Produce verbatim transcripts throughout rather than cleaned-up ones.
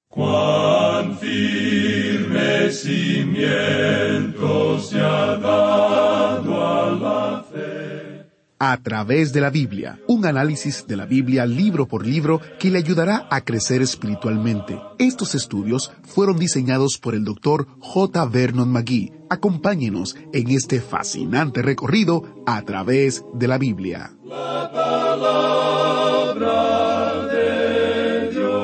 Cuán firme cimiento se ha dado a la fe. A través de la Biblia, un análisis de la Biblia libro por libro que le ayudará a crecer espiritualmente. Estos estudios fueron diseñados por el doctor J. Vernon McGee. Acompáñenos en este fascinante recorrido a través de la Biblia. La palabra de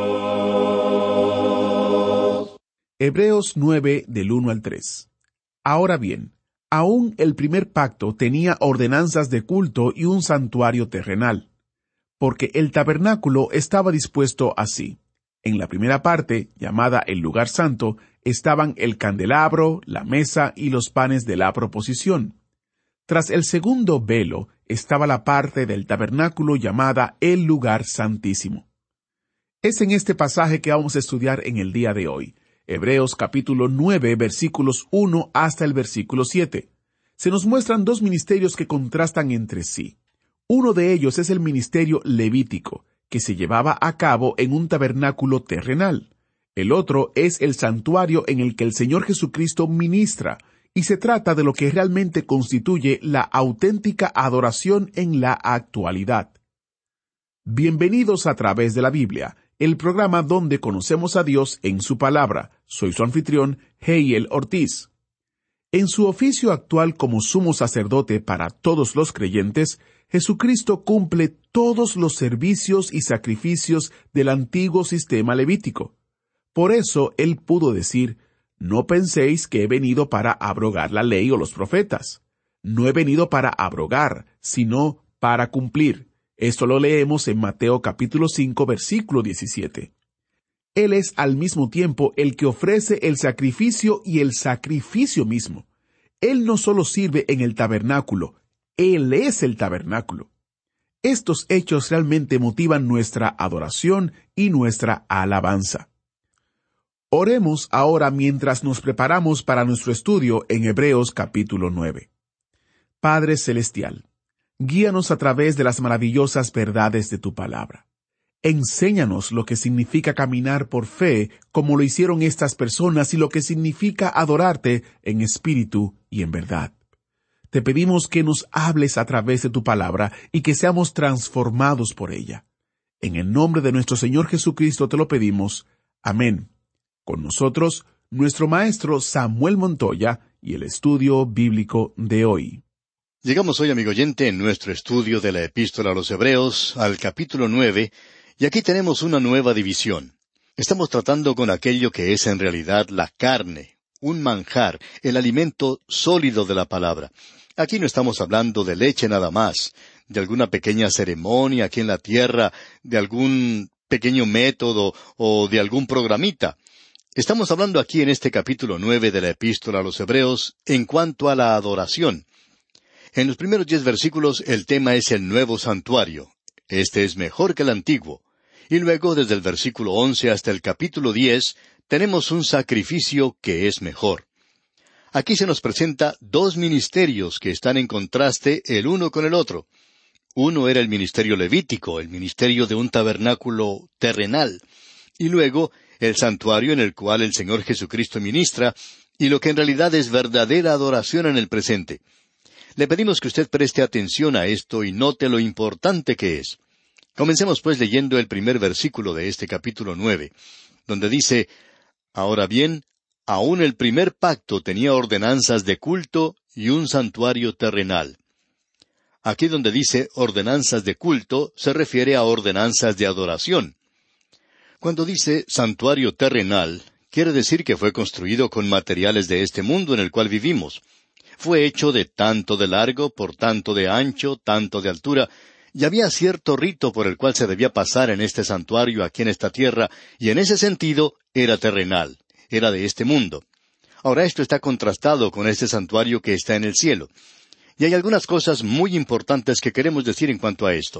Dios. Hebreos nueve del uno al tres. Ahora bien, aún el primer pacto tenía ordenanzas de culto y un santuario terrenal, porque el tabernáculo estaba dispuesto así. En la primera parte, llamada el lugar santo, estaban el candelabro, la mesa y los panes de la proposición. Tras el segundo velo estaba la parte del tabernáculo llamada el lugar santísimo. Es en este pasaje que vamos a estudiar en el día de hoy. Hebreos capítulo nueve, versículos uno hasta el versículo siete. Se nos muestran dos ministerios que contrastan entre sí. Uno de ellos es el ministerio levítico, que se llevaba a cabo en un tabernáculo terrenal. El otro es el santuario en el que el Señor Jesucristo ministra, y se trata de lo que realmente constituye la auténtica adoración en la actualidad. Bienvenidos a través de la Biblia, el programa donde conocemos a Dios en su palabra. Soy su anfitrión, Heiel Ortiz. En su oficio actual como sumo sacerdote para todos los creyentes, Jesucristo cumple todos los servicios y sacrificios del antiguo sistema levítico. Por eso Él pudo decir, «No penséis que he venido para abrogar la ley o los profetas. No he venido para abrogar, sino para cumplir». Esto lo leemos en Mateo capítulo cinco, versículo diecisiete. Él es al mismo tiempo el que ofrece el sacrificio y el sacrificio mismo. Él no solo sirve en el tabernáculo, Él es el tabernáculo. Estos hechos realmente motivan nuestra adoración y nuestra alabanza. Oremos ahora mientras nos preparamos para nuestro estudio en Hebreos capítulo nueve. Padre Celestial, guíanos a través de las maravillosas verdades de tu palabra. Enséñanos lo que significa caminar por fe, como lo hicieron estas personas, y lo que significa adorarte en espíritu y en verdad. Te pedimos que nos hables a través de tu palabra y que seamos transformados por ella. En el nombre de nuestro Señor Jesucristo te lo pedimos. Amén. Con nosotros, nuestro maestro Samuel Montoya y el estudio bíblico de hoy. Llegamos hoy, amigo oyente, en nuestro estudio de la Epístola a los Hebreos, al capítulo nueve, y aquí tenemos una nueva división. Estamos tratando con aquello que es en realidad la carne, un manjar, el alimento sólido de la palabra. Aquí no estamos hablando de leche nada más, de alguna pequeña ceremonia aquí en la tierra, de algún pequeño método o de algún programita. Estamos hablando aquí en este capítulo nueve de la Epístola a los Hebreos en cuanto a la adoración. En los primeros diez versículos el tema es el nuevo santuario. Este es mejor que el antiguo. Y luego, desde el versículo once hasta el capítulo diez, tenemos un sacrificio que es mejor. Aquí se nos presenta dos ministerios que están en contraste el uno con el otro. Uno era el ministerio levítico, el ministerio de un tabernáculo terrenal. Y luego, el santuario en el cual el Señor Jesucristo ministra, y lo que en realidad es verdadera adoración en el presente. Le pedimos que usted preste atención a esto y note lo importante que es. Comencemos pues leyendo el primer versículo de este capítulo nueve, donde dice, «Ahora bien, aún el primer pacto tenía ordenanzas de culto y un santuario terrenal». Aquí donde dice ordenanzas de culto, se refiere a ordenanzas de adoración. Cuando dice santuario terrenal, quiere decir que fue construido con materiales de este mundo en el cual vivimos. Fue hecho de tanto de largo, por tanto de ancho, tanto de altura, y había cierto rito por el cual se debía pasar en este santuario aquí en esta tierra, y en ese sentido era terrenal, era de este mundo. Ahora esto está contrastado con este santuario que está en el cielo. Y hay algunas cosas muy importantes que queremos decir en cuanto a esto.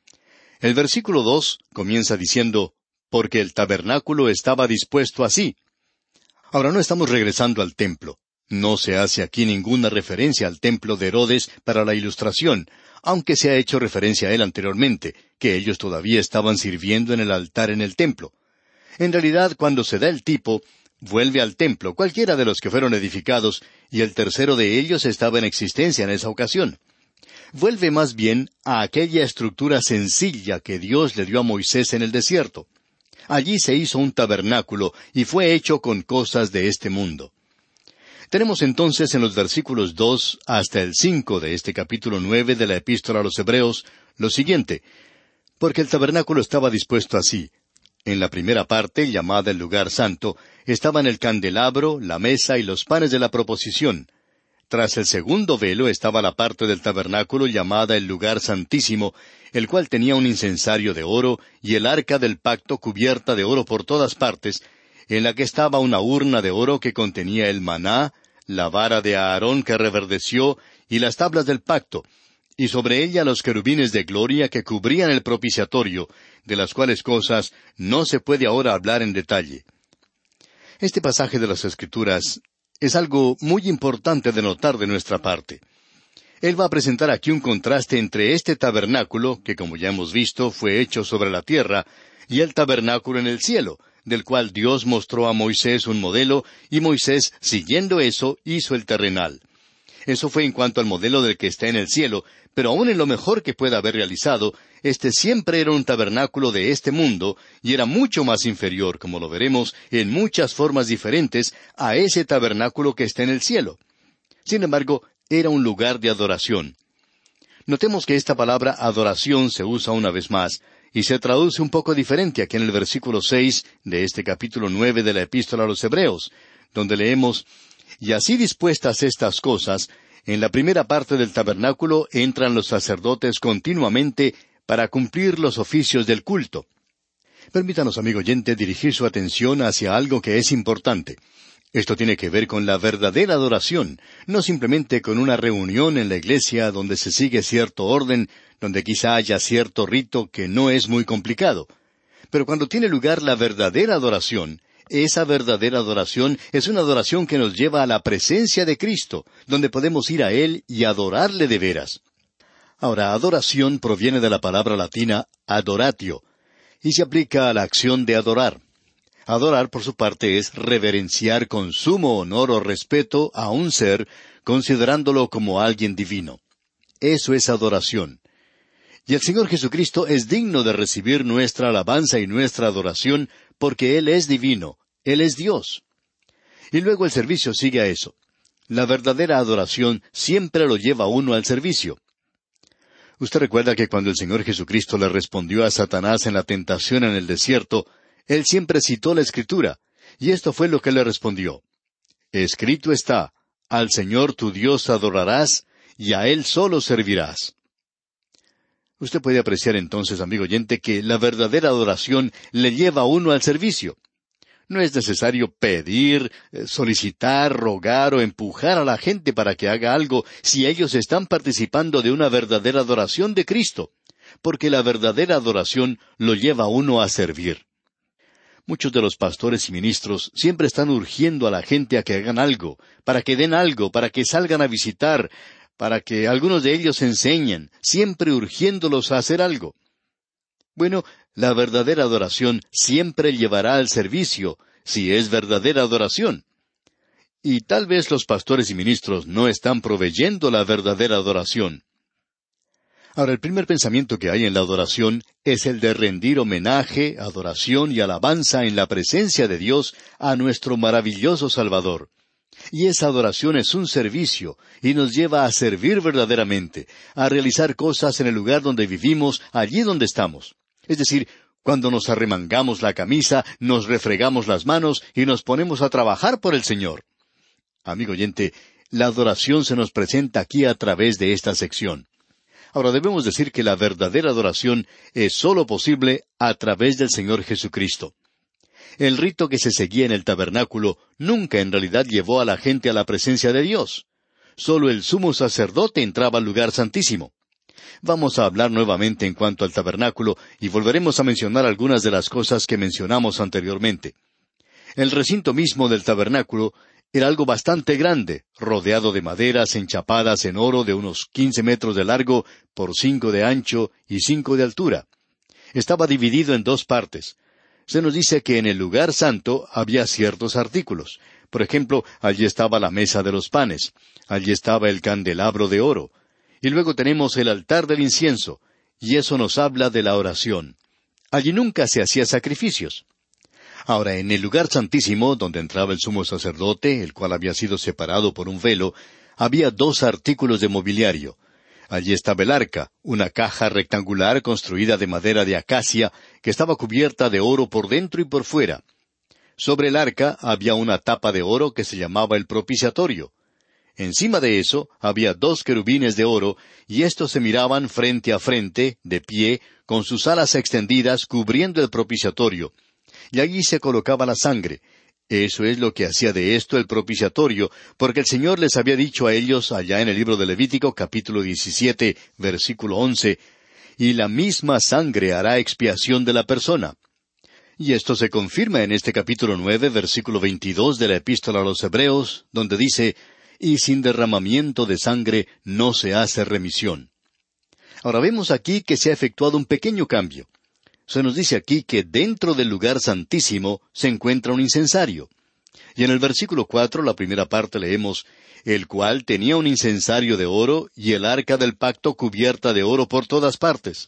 El versículo dos comienza diciendo, «Porque el tabernáculo estaba dispuesto así». Ahora no estamos regresando al templo. No se hace aquí ninguna referencia al templo de Herodes para la ilustración, aunque se ha hecho referencia a él anteriormente, que ellos todavía estaban sirviendo en el altar en el templo. En realidad, cuando se da el tipo, vuelve al templo, cualquiera de los que fueron edificados, y el tercero de ellos estaba en existencia en esa ocasión. Vuelve más bien a aquella estructura sencilla que Dios le dio a Moisés en el desierto. Allí se hizo un tabernáculo y fue hecho con cosas de este mundo. Tenemos entonces en los versículos dos hasta el cinco de este capítulo nueve de la Epístola a los Hebreos lo siguiente: porque el tabernáculo estaba dispuesto así. En la primera parte, llamada el lugar santo, estaban el candelabro, la mesa y los panes de la proposición. Tras el segundo velo estaba la parte del tabernáculo llamada el lugar santísimo, el cual tenía un incensario de oro y el arca del pacto cubierta de oro por todas partes, en la que estaba una urna de oro que contenía el maná, la vara de Aarón que reverdeció y las tablas del pacto, y sobre ella los querubines de gloria que cubrían el propiciatorio, de las cuales cosas no se puede ahora hablar en detalle. Este pasaje de las Escrituras es algo muy importante de notar de nuestra parte. Él va a presentar aquí un contraste entre este tabernáculo, que como ya hemos visto fue hecho sobre la tierra, y el tabernáculo en el cielo, del cual Dios mostró a Moisés un modelo, y Moisés, siguiendo eso, hizo el terrenal. Eso fue en cuanto al modelo del que está en el cielo, pero aun en lo mejor que pueda haber realizado, este siempre era un tabernáculo de este mundo, y era mucho más inferior, como lo veremos, en muchas formas diferentes, a ese tabernáculo que está en el cielo. Sin embargo, era un lugar de adoración. Notemos que esta palabra adoración se usa una vez más, y se traduce un poco diferente aquí en el versículo seis de este capítulo nueve de la Epístola a los Hebreos, donde leemos: y así dispuestas estas cosas, en la primera parte del tabernáculo entran los sacerdotes continuamente para cumplir los oficios del culto. Permítanos, amigo oyente, dirigir su atención hacia algo que es importante. Esto tiene que ver con la verdadera adoración, no simplemente con una reunión en la iglesia donde se sigue cierto orden, donde quizá haya cierto rito que no es muy complicado. Pero cuando tiene lugar la verdadera adoración, esa verdadera adoración es una adoración que nos lleva a la presencia de Cristo, donde podemos ir a Él y adorarle de veras. Ahora, adoración proviene de la palabra latina adoratio, y se aplica a la acción de adorar. Adorar, por su parte, es reverenciar con sumo honor o respeto a un ser, considerándolo como alguien divino. Eso es adoración. Y el Señor Jesucristo es digno de recibir nuestra alabanza y nuestra adoración, porque Él es divino, Él es Dios. Y luego el servicio sigue a eso. La verdadera adoración siempre lo lleva a uno al servicio. Usted recuerda que cuando el Señor Jesucristo le respondió a Satanás en la tentación en el desierto, Él siempre citó la Escritura, y esto fue lo que le respondió: escrito está, al Señor tu Dios adorarás, y a Él solo servirás. Usted puede apreciar entonces, amigo oyente, que la verdadera adoración le lleva a uno al servicio. No es necesario pedir, solicitar, rogar o empujar a la gente para que haga algo si ellos están participando de una verdadera adoración de Cristo, porque la verdadera adoración lo lleva a uno a servir. Muchos de los pastores y ministros siempre están urgiendo a la gente a que hagan algo, para que den algo, para que salgan a visitar, para que algunos de ellos enseñen, siempre urgiéndolos a hacer algo. Bueno, la verdadera adoración siempre llevará al servicio, si es verdadera adoración. Y tal vez los pastores y ministros no están proveyendo la verdadera adoración. Ahora, el primer pensamiento que hay en la adoración es el de rendir homenaje, adoración y alabanza en la presencia de Dios a nuestro maravilloso Salvador. Y esa adoración es un servicio, y nos lleva a servir verdaderamente, a realizar cosas en el lugar donde vivimos, allí donde estamos. Es decir, cuando nos arremangamos la camisa, nos refregamos las manos y nos ponemos a trabajar por el Señor. Amigo oyente, la adoración se nos presenta aquí a través de esta sección. Ahora debemos decir que la verdadera adoración es sólo posible a través del Señor Jesucristo. El rito que se seguía en el tabernáculo nunca en realidad llevó a la gente a la presencia de Dios. Solo el sumo sacerdote entraba al lugar santísimo. Vamos a hablar nuevamente en cuanto al tabernáculo y volveremos a mencionar algunas de las cosas que mencionamos anteriormente. El recinto mismo del tabernáculo era algo bastante grande, rodeado de maderas enchapadas en oro de unos quince metros de largo por cinco de ancho y cinco de altura. Estaba dividido en dos partes. Se nos dice que en el lugar santo había ciertos artículos. Por ejemplo, allí estaba la mesa de los panes, allí estaba el candelabro de oro, y luego tenemos el altar del incienso, y eso nos habla de la oración. Allí nunca se hacía sacrificios. Ahora, en el lugar santísimo, donde entraba el sumo sacerdote, el cual había sido separado por un velo, había dos artículos de mobiliario. Allí estaba el arca, una caja rectangular construida de madera de acacia, que estaba cubierta de oro por dentro y por fuera. Sobre el arca había una tapa de oro que se llamaba el propiciatorio. Encima de eso había dos querubines de oro, y éstos se miraban frente a frente, de pie, con sus alas extendidas cubriendo el propiciatorio. Y allí se colocaba la sangre. Eso es lo que hacía de esto el propiciatorio, porque el Señor les había dicho a ellos allá en el libro de Levítico, capítulo diecisiete, versículo once, «Y la misma sangre hará expiación de la persona». Y esto se confirma en este capítulo nueve, versículo veintidós de la Epístola a los Hebreos, donde dice, «Y sin derramamiento de sangre no se hace remisión». Ahora vemos aquí que se ha efectuado un pequeño cambio. Se nos dice aquí que dentro del lugar santísimo se encuentra un incensario. Y en el versículo cuatro, la primera parte, leemos, «El cual tenía un incensario de oro y el arca del pacto cubierta de oro por todas partes».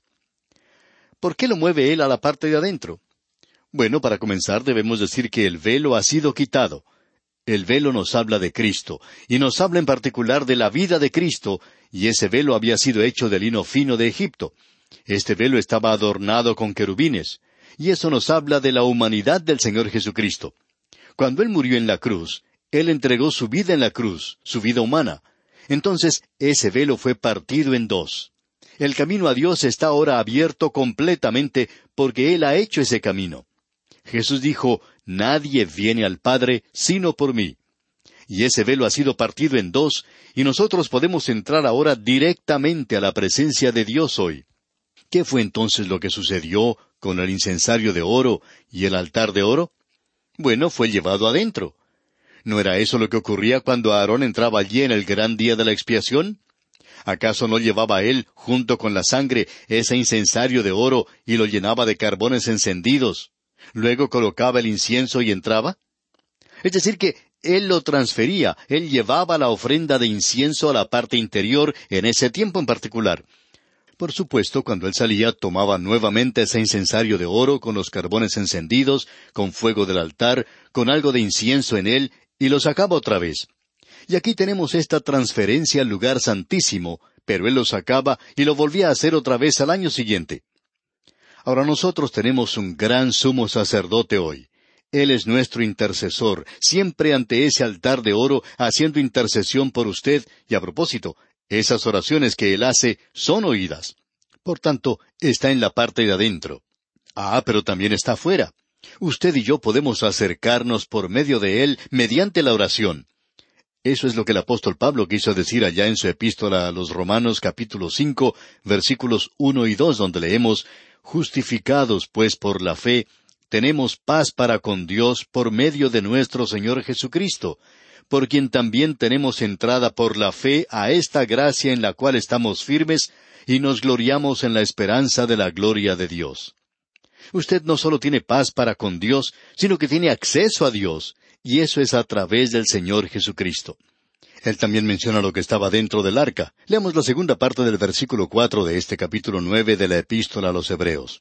¿Por qué lo mueve él a la parte de adentro? Bueno, para comenzar debemos decir que el velo ha sido quitado. El velo nos habla de Cristo, y nos habla en particular de la vida de Cristo, y ese velo había sido hecho de lino fino de Egipto. Este velo estaba adornado con querubines, y eso nos habla de la humanidad del Señor Jesucristo. Cuando Él murió en la cruz, Él entregó su vida en la cruz, su vida humana. Entonces, ese velo fue partido en dos. El camino a Dios está ahora abierto completamente porque Él ha hecho ese camino. Jesús dijo, «Nadie viene al Padre sino por mí». Y ese velo ha sido partido en dos, y nosotros podemos entrar ahora directamente a la presencia de Dios hoy. ¿Qué fue entonces lo que sucedió con el incensario de oro y el altar de oro? Bueno, fue llevado adentro. ¿No era eso lo que ocurría cuando Aarón entraba allí en el gran día de la expiación? ¿Acaso no llevaba él, junto con la sangre, ese incensario de oro y lo llenaba de carbones encendidos? Luego colocaba el incienso y entraba. Es decir que él lo transfería, él llevaba la ofrenda de incienso a la parte interior en ese tiempo en particular. Por supuesto, cuando él salía, tomaba nuevamente ese incensario de oro con los carbones encendidos, con fuego del altar, con algo de incienso en él, y lo sacaba otra vez. Y aquí tenemos esta transferencia al lugar santísimo, pero él lo sacaba y lo volvía a hacer otra vez al año siguiente. Ahora nosotros tenemos un gran sumo sacerdote hoy. Él es nuestro intercesor, siempre ante ese altar de oro, haciendo intercesión por usted, y a propósito, esas oraciones que Él hace son oídas. Por tanto, está en la parte de adentro. Ah, pero también está afuera. Usted y yo podemos acercarnos por medio de Él mediante la oración. Eso es lo que el apóstol Pablo quiso decir allá en su epístola a los Romanos capítulo cinco, versículos uno y dos, donde leemos, «Justificados, pues, por la fe, tenemos paz para con Dios por medio de nuestro Señor Jesucristo, por quien también tenemos entrada por la fe a esta gracia en la cual estamos firmes y nos gloriamos en la esperanza de la gloria de Dios». Usted no solo tiene paz para con Dios, sino que tiene acceso a Dios, y eso es a través del Señor Jesucristo. Él también menciona lo que estaba dentro del arca. Leamos la segunda parte del versículo cuatro de este capítulo nueve de la Epístola a los Hebreos.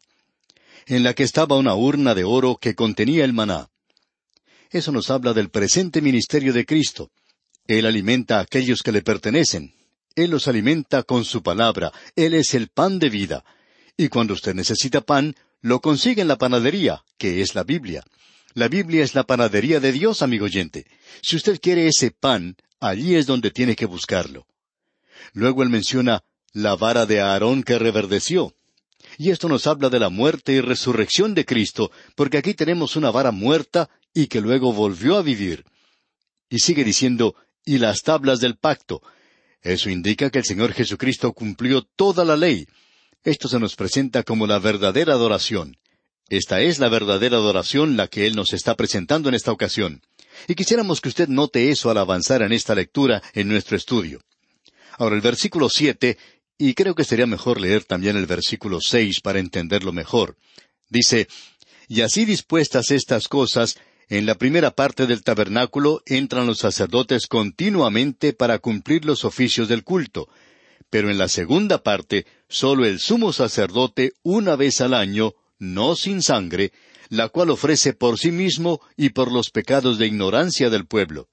En la que estaba una urna de oro que contenía el maná. Eso nos habla del presente ministerio de Cristo. Él alimenta a aquellos que le pertenecen. Él los alimenta con su palabra. Él es el pan de vida. Y cuando usted necesita pan, lo consigue en la panadería, que es la Biblia. La Biblia es la panadería de Dios, amigo oyente. Si usted quiere ese pan, allí es donde tiene que buscarlo. Luego él menciona la vara de Aarón que reverdeció. Y esto nos habla de la muerte y resurrección de Cristo, porque aquí tenemos una vara muerta y que luego volvió a vivir. Y sigue diciendo, y las tablas del pacto. Eso indica que el Señor Jesucristo cumplió toda la ley. Esto se nos presenta como la verdadera adoración. Esta es la verdadera adoración la que Él nos está presentando en esta ocasión. Y quisiéramos que usted note eso al avanzar en esta lectura en nuestro estudio. Ahora el versículo siete, y creo que sería mejor leer también el versículo seis para entenderlo mejor. Dice, Y así dispuestas estas cosas, en la primera parte del tabernáculo entran los sacerdotes continuamente para cumplir los oficios del culto, pero en la segunda parte, sólo el sumo sacerdote una vez al año, no sin sangre, la cual ofrece por sí mismo y por los pecados de ignorancia del pueblo.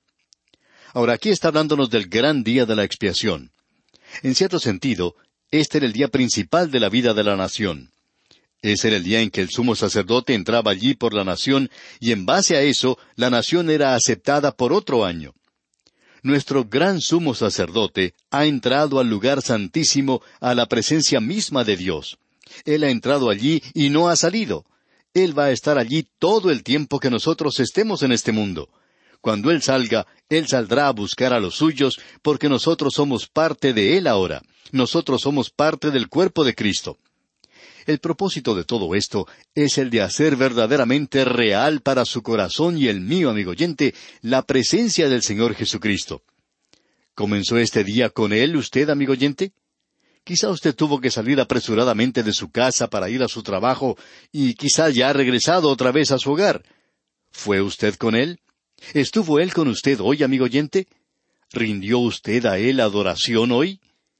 Ahora aquí está hablándonos del gran día de la expiación. En cierto sentido, este era el día principal de la vida de la nación. Ese era el día en que el sumo sacerdote entraba allí por la nación, y en base a eso, la nación era aceptada por otro año. Nuestro gran sumo sacerdote ha entrado al lugar santísimo, a la presencia misma de Dios. Él ha entrado allí y no ha salido. Él va a estar allí todo el tiempo que nosotros estemos en este mundo. Cuando Él salga, Él saldrá a buscar a los suyos, porque nosotros somos parte de Él ahora. Nosotros somos parte del cuerpo de Cristo. El propósito de todo esto es el de hacer verdaderamente real para su corazón y el mío, amigo oyente, la presencia del Señor Jesucristo. ¿Comenzó este día con Él usted, amigo oyente? Quizá usted tuvo que salir apresuradamente de su casa para ir a su trabajo y quizá ya ha regresado otra vez a su hogar. ¿Fue usted con Él? ¿Estuvo Él con usted hoy, amigo oyente? ¿Rindió usted a Él adoración hoy?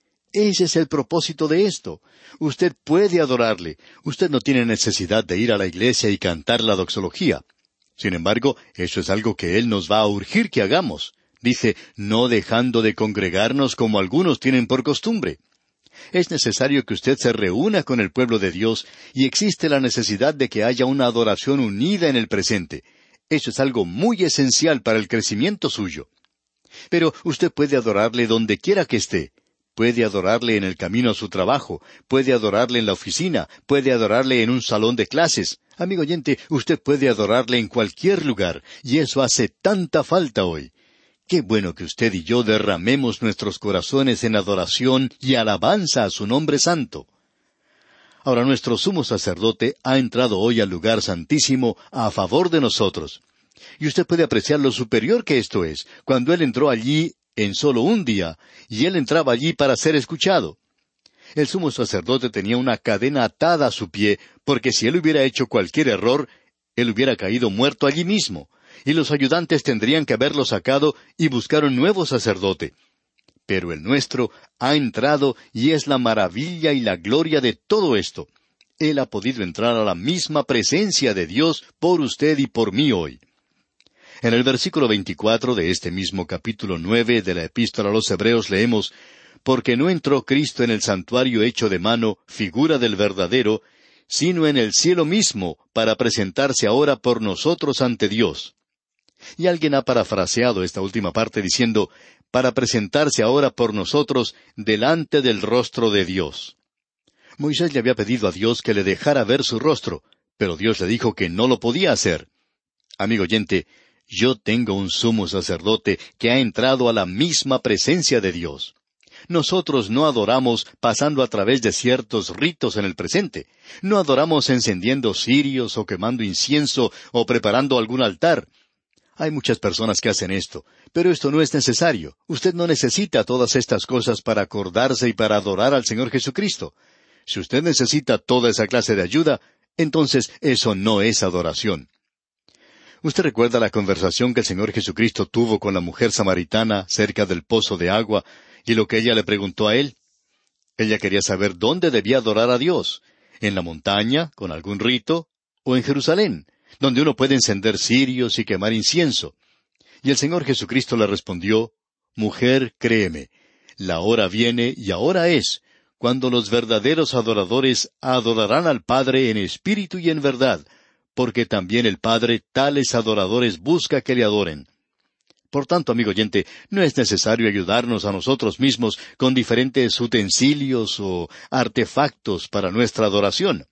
Ese es el propósito de esto. Usted puede adorarle. Usted no tiene necesidad de ir a la iglesia y cantar la doxología. Sin embargo, eso es algo que Él nos va a urgir que hagamos. Dice, no dejando de congregarnos como algunos tienen por costumbre. Es necesario que usted se reúna con el pueblo de Dios, y existe la necesidad de que haya una adoración unida en el presente. Eso es algo muy esencial para el crecimiento suyo. Pero usted puede adorarle donde quiera que esté. Puede adorarle en el camino a su trabajo, puede adorarle en la oficina, puede adorarle en un salón de clases. Amigo oyente, usted puede adorarle en cualquier lugar, y eso hace tanta falta hoy. Qué bueno que usted y yo derramemos nuestros corazones en adoración y alabanza a su nombre santo. Ahora nuestro sumo sacerdote ha entrado hoy al lugar santísimo a favor de nosotros. Y usted puede apreciar lo superior que esto es, cuando Él entró allí en solo un día, y Él entraba allí para ser escuchado. El sumo sacerdote tenía una cadena atada a su pie, porque si Él hubiera hecho cualquier error, Él hubiera caído muerto allí mismo, y los ayudantes tendrían que haberlo sacado y buscar un nuevo sacerdote. Pero el nuestro ha entrado y es la maravilla y la gloria de todo esto. Él ha podido entrar a la misma presencia de Dios por usted y por mí hoy. En el versículo veinticuatro de este mismo capítulo nueve de la Epístola a los Hebreos leemos, «Porque no entró Cristo en el santuario hecho de mano, figura del verdadero, sino en el cielo mismo, para presentarse ahora por nosotros ante Dios». Y alguien ha parafraseado esta última parte diciendo, «para presentarse ahora por nosotros delante del rostro de Dios». Moisés le había pedido a Dios que le dejara ver su rostro, pero Dios le dijo que no lo podía hacer. Amigo oyente, yo tengo un sumo sacerdote que ha entrado a la misma presencia de Dios. Nosotros no adoramos pasando a través de ciertos ritos en el presente. No adoramos encendiendo cirios o quemando incienso o preparando algún altar. Hay muchas personas que hacen esto, pero esto no es necesario. Usted no necesita todas estas cosas para acordarse y para adorar al Señor Jesucristo. Si usted necesita toda esa clase de ayuda, entonces eso no es adoración. ¿Usted recuerda la conversación que el Señor Jesucristo tuvo con la mujer samaritana cerca del pozo de agua y lo que ella le preguntó a Él? Ella quería saber dónde debía adorar a Dios, en la montaña, con algún rito, o en Jerusalén, donde uno puede encender cirios y quemar incienso. Y el Señor Jesucristo le respondió, «Mujer, créeme, la hora viene y ahora es, cuando los verdaderos adoradores adorarán al Padre en espíritu y en verdad, porque también el Padre tales adoradores busca que le adoren». Por tanto, amigo oyente, no es necesario ayudarnos a nosotros mismos con diferentes utensilios o artefactos para nuestra adoración.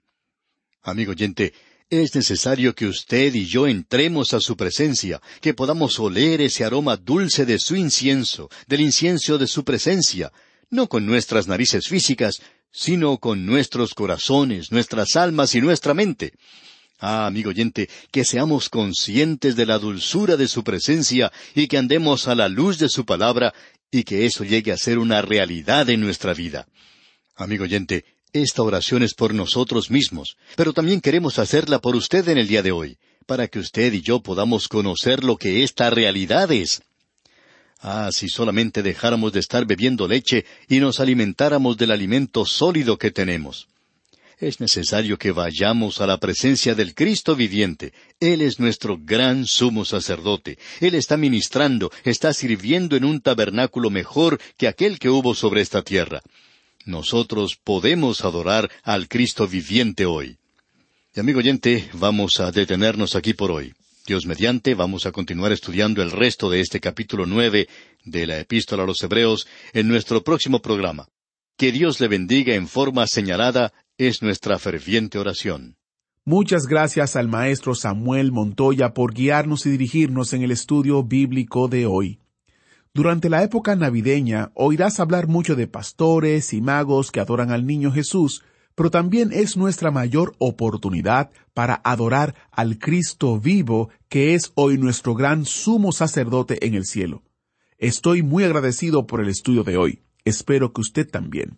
Amigo oyente, es necesario que usted y yo entremos a su presencia, que podamos oler ese aroma dulce de su incienso, del incienso de su presencia, no con nuestras narices físicas, sino con nuestros corazones, nuestras almas y nuestra mente. Ah, amigo oyente, que seamos conscientes de la dulzura de su presencia y que andemos a la luz de su palabra y que eso llegue a ser una realidad en nuestra vida. Amigo oyente, Esta oración es por nosotros mismos, pero también queremos hacerla por usted en el día de hoy, para que usted y yo podamos conocer lo que esta realidad es. Ah, si solamente dejáramos de estar bebiendo leche y nos alimentáramos del alimento sólido que tenemos. Es necesario que vayamos a la presencia del Cristo viviente. Él es nuestro gran sumo sacerdote. Él está ministrando, está sirviendo en un tabernáculo mejor que aquel que hubo sobre esta tierra. Nosotros podemos adorar al Cristo viviente hoy. Y amigo oyente, vamos a detenernos aquí por hoy. Dios mediante, vamos a continuar estudiando el resto de este capítulo nueve de la Epístola a los Hebreos en nuestro próximo programa. Que Dios le bendiga en forma señalada es nuestra ferviente oración. Muchas gracias al maestro Samuel Montoya por guiarnos y dirigirnos en el estudio bíblico de hoy. Durante la época navideña oirás hablar mucho de pastores y magos que adoran al niño Jesús, pero también es nuestra mayor oportunidad para adorar al Cristo vivo, que es hoy nuestro gran sumo sacerdote en el cielo. Estoy muy agradecido por el estudio de hoy. Espero que usted también.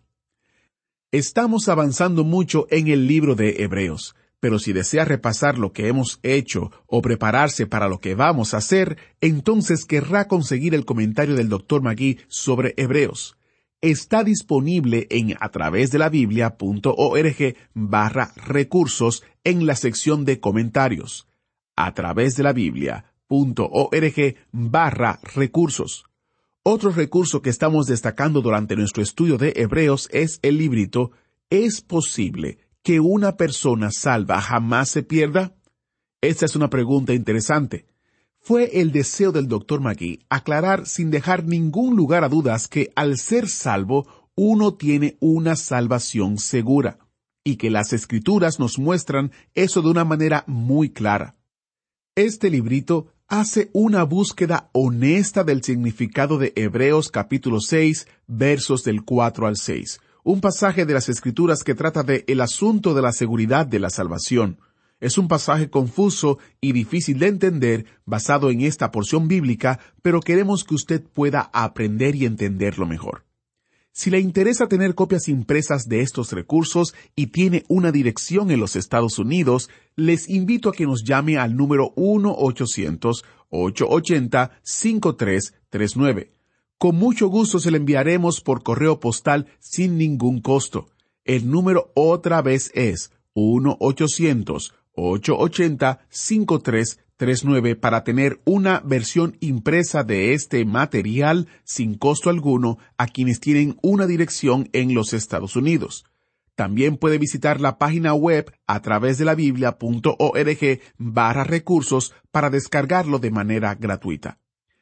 Estamos avanzando mucho en el libro de Hebreos, pero si desea repasar lo que hemos hecho o prepararse para lo que vamos a hacer, entonces querrá conseguir el comentario del doctor Magui sobre Hebreos. Está disponible en a través de la biblia punto org barra recursos en la sección de comentarios. A través de la biblia punto org barra recursos. Otro recurso que estamos destacando durante nuestro estudio de Hebreos es el librito ¿Es posible que una persona salva jamás se pierda? Esta es una pregunta interesante. Fue el deseo del doctor Magui aclarar sin dejar ningún lugar a dudas que al ser salvo, uno tiene una salvación segura, y que las Escrituras nos muestran eso de una manera muy clara. Este librito hace una búsqueda honesta del significado de Hebreos capítulo seis, versos del cuatro al seis, un pasaje de las Escrituras que trata de el asunto de la seguridad de la salvación. Es un pasaje confuso y difícil de entender basado en esta porción bíblica, pero queremos que usted pueda aprender y entenderlo mejor. Si le interesa tener copias impresas de estos recursos y tiene una dirección en los Estados Unidos, les invito a que nos llame al número uno ochocientos, ocho ochenta, cinco tres tres nueve. Con mucho gusto se le enviaremos por correo postal sin ningún costo. El número otra vez es uno ochocientos, ocho ochenta, cinco tres tres nueve para tener una versión impresa de este material sin costo alguno a quienes tienen una dirección en los Estados Unidos. También puede visitar la página web a través de la biblia punto org barra recursos para descargarlo de manera gratuita.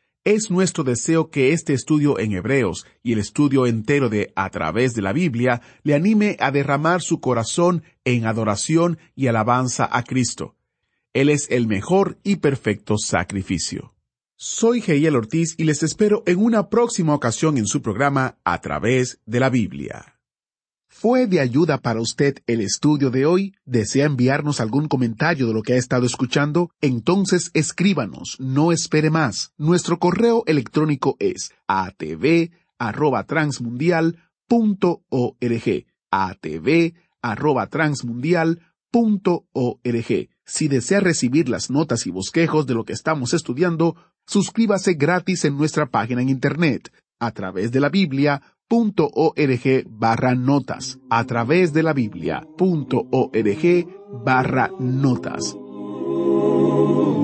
Es nuestro deseo que este estudio en Hebreos y el estudio entero de A través de la Biblia le anime a derramar su corazón en adoración y alabanza a Cristo. Él es el mejor y perfecto sacrificio. Soy Geiel Ortiz y les espero en una próxima ocasión en su programa A través de la Biblia. ¿Fue de ayuda para usted el estudio de hoy? ¿Desea enviarnos algún comentario de lo que ha estado escuchando? Entonces escríbanos, no espere más. Nuestro correo electrónico es a t v arroba transmundial punto org. a t v arroba transmundial punto org. Si desea recibir las notas y bosquejos de lo que estamos estudiando, suscríbase gratis en nuestra página en internet, a través de la Biblia punto org barra notas, a través de la Biblia punto org barra notas.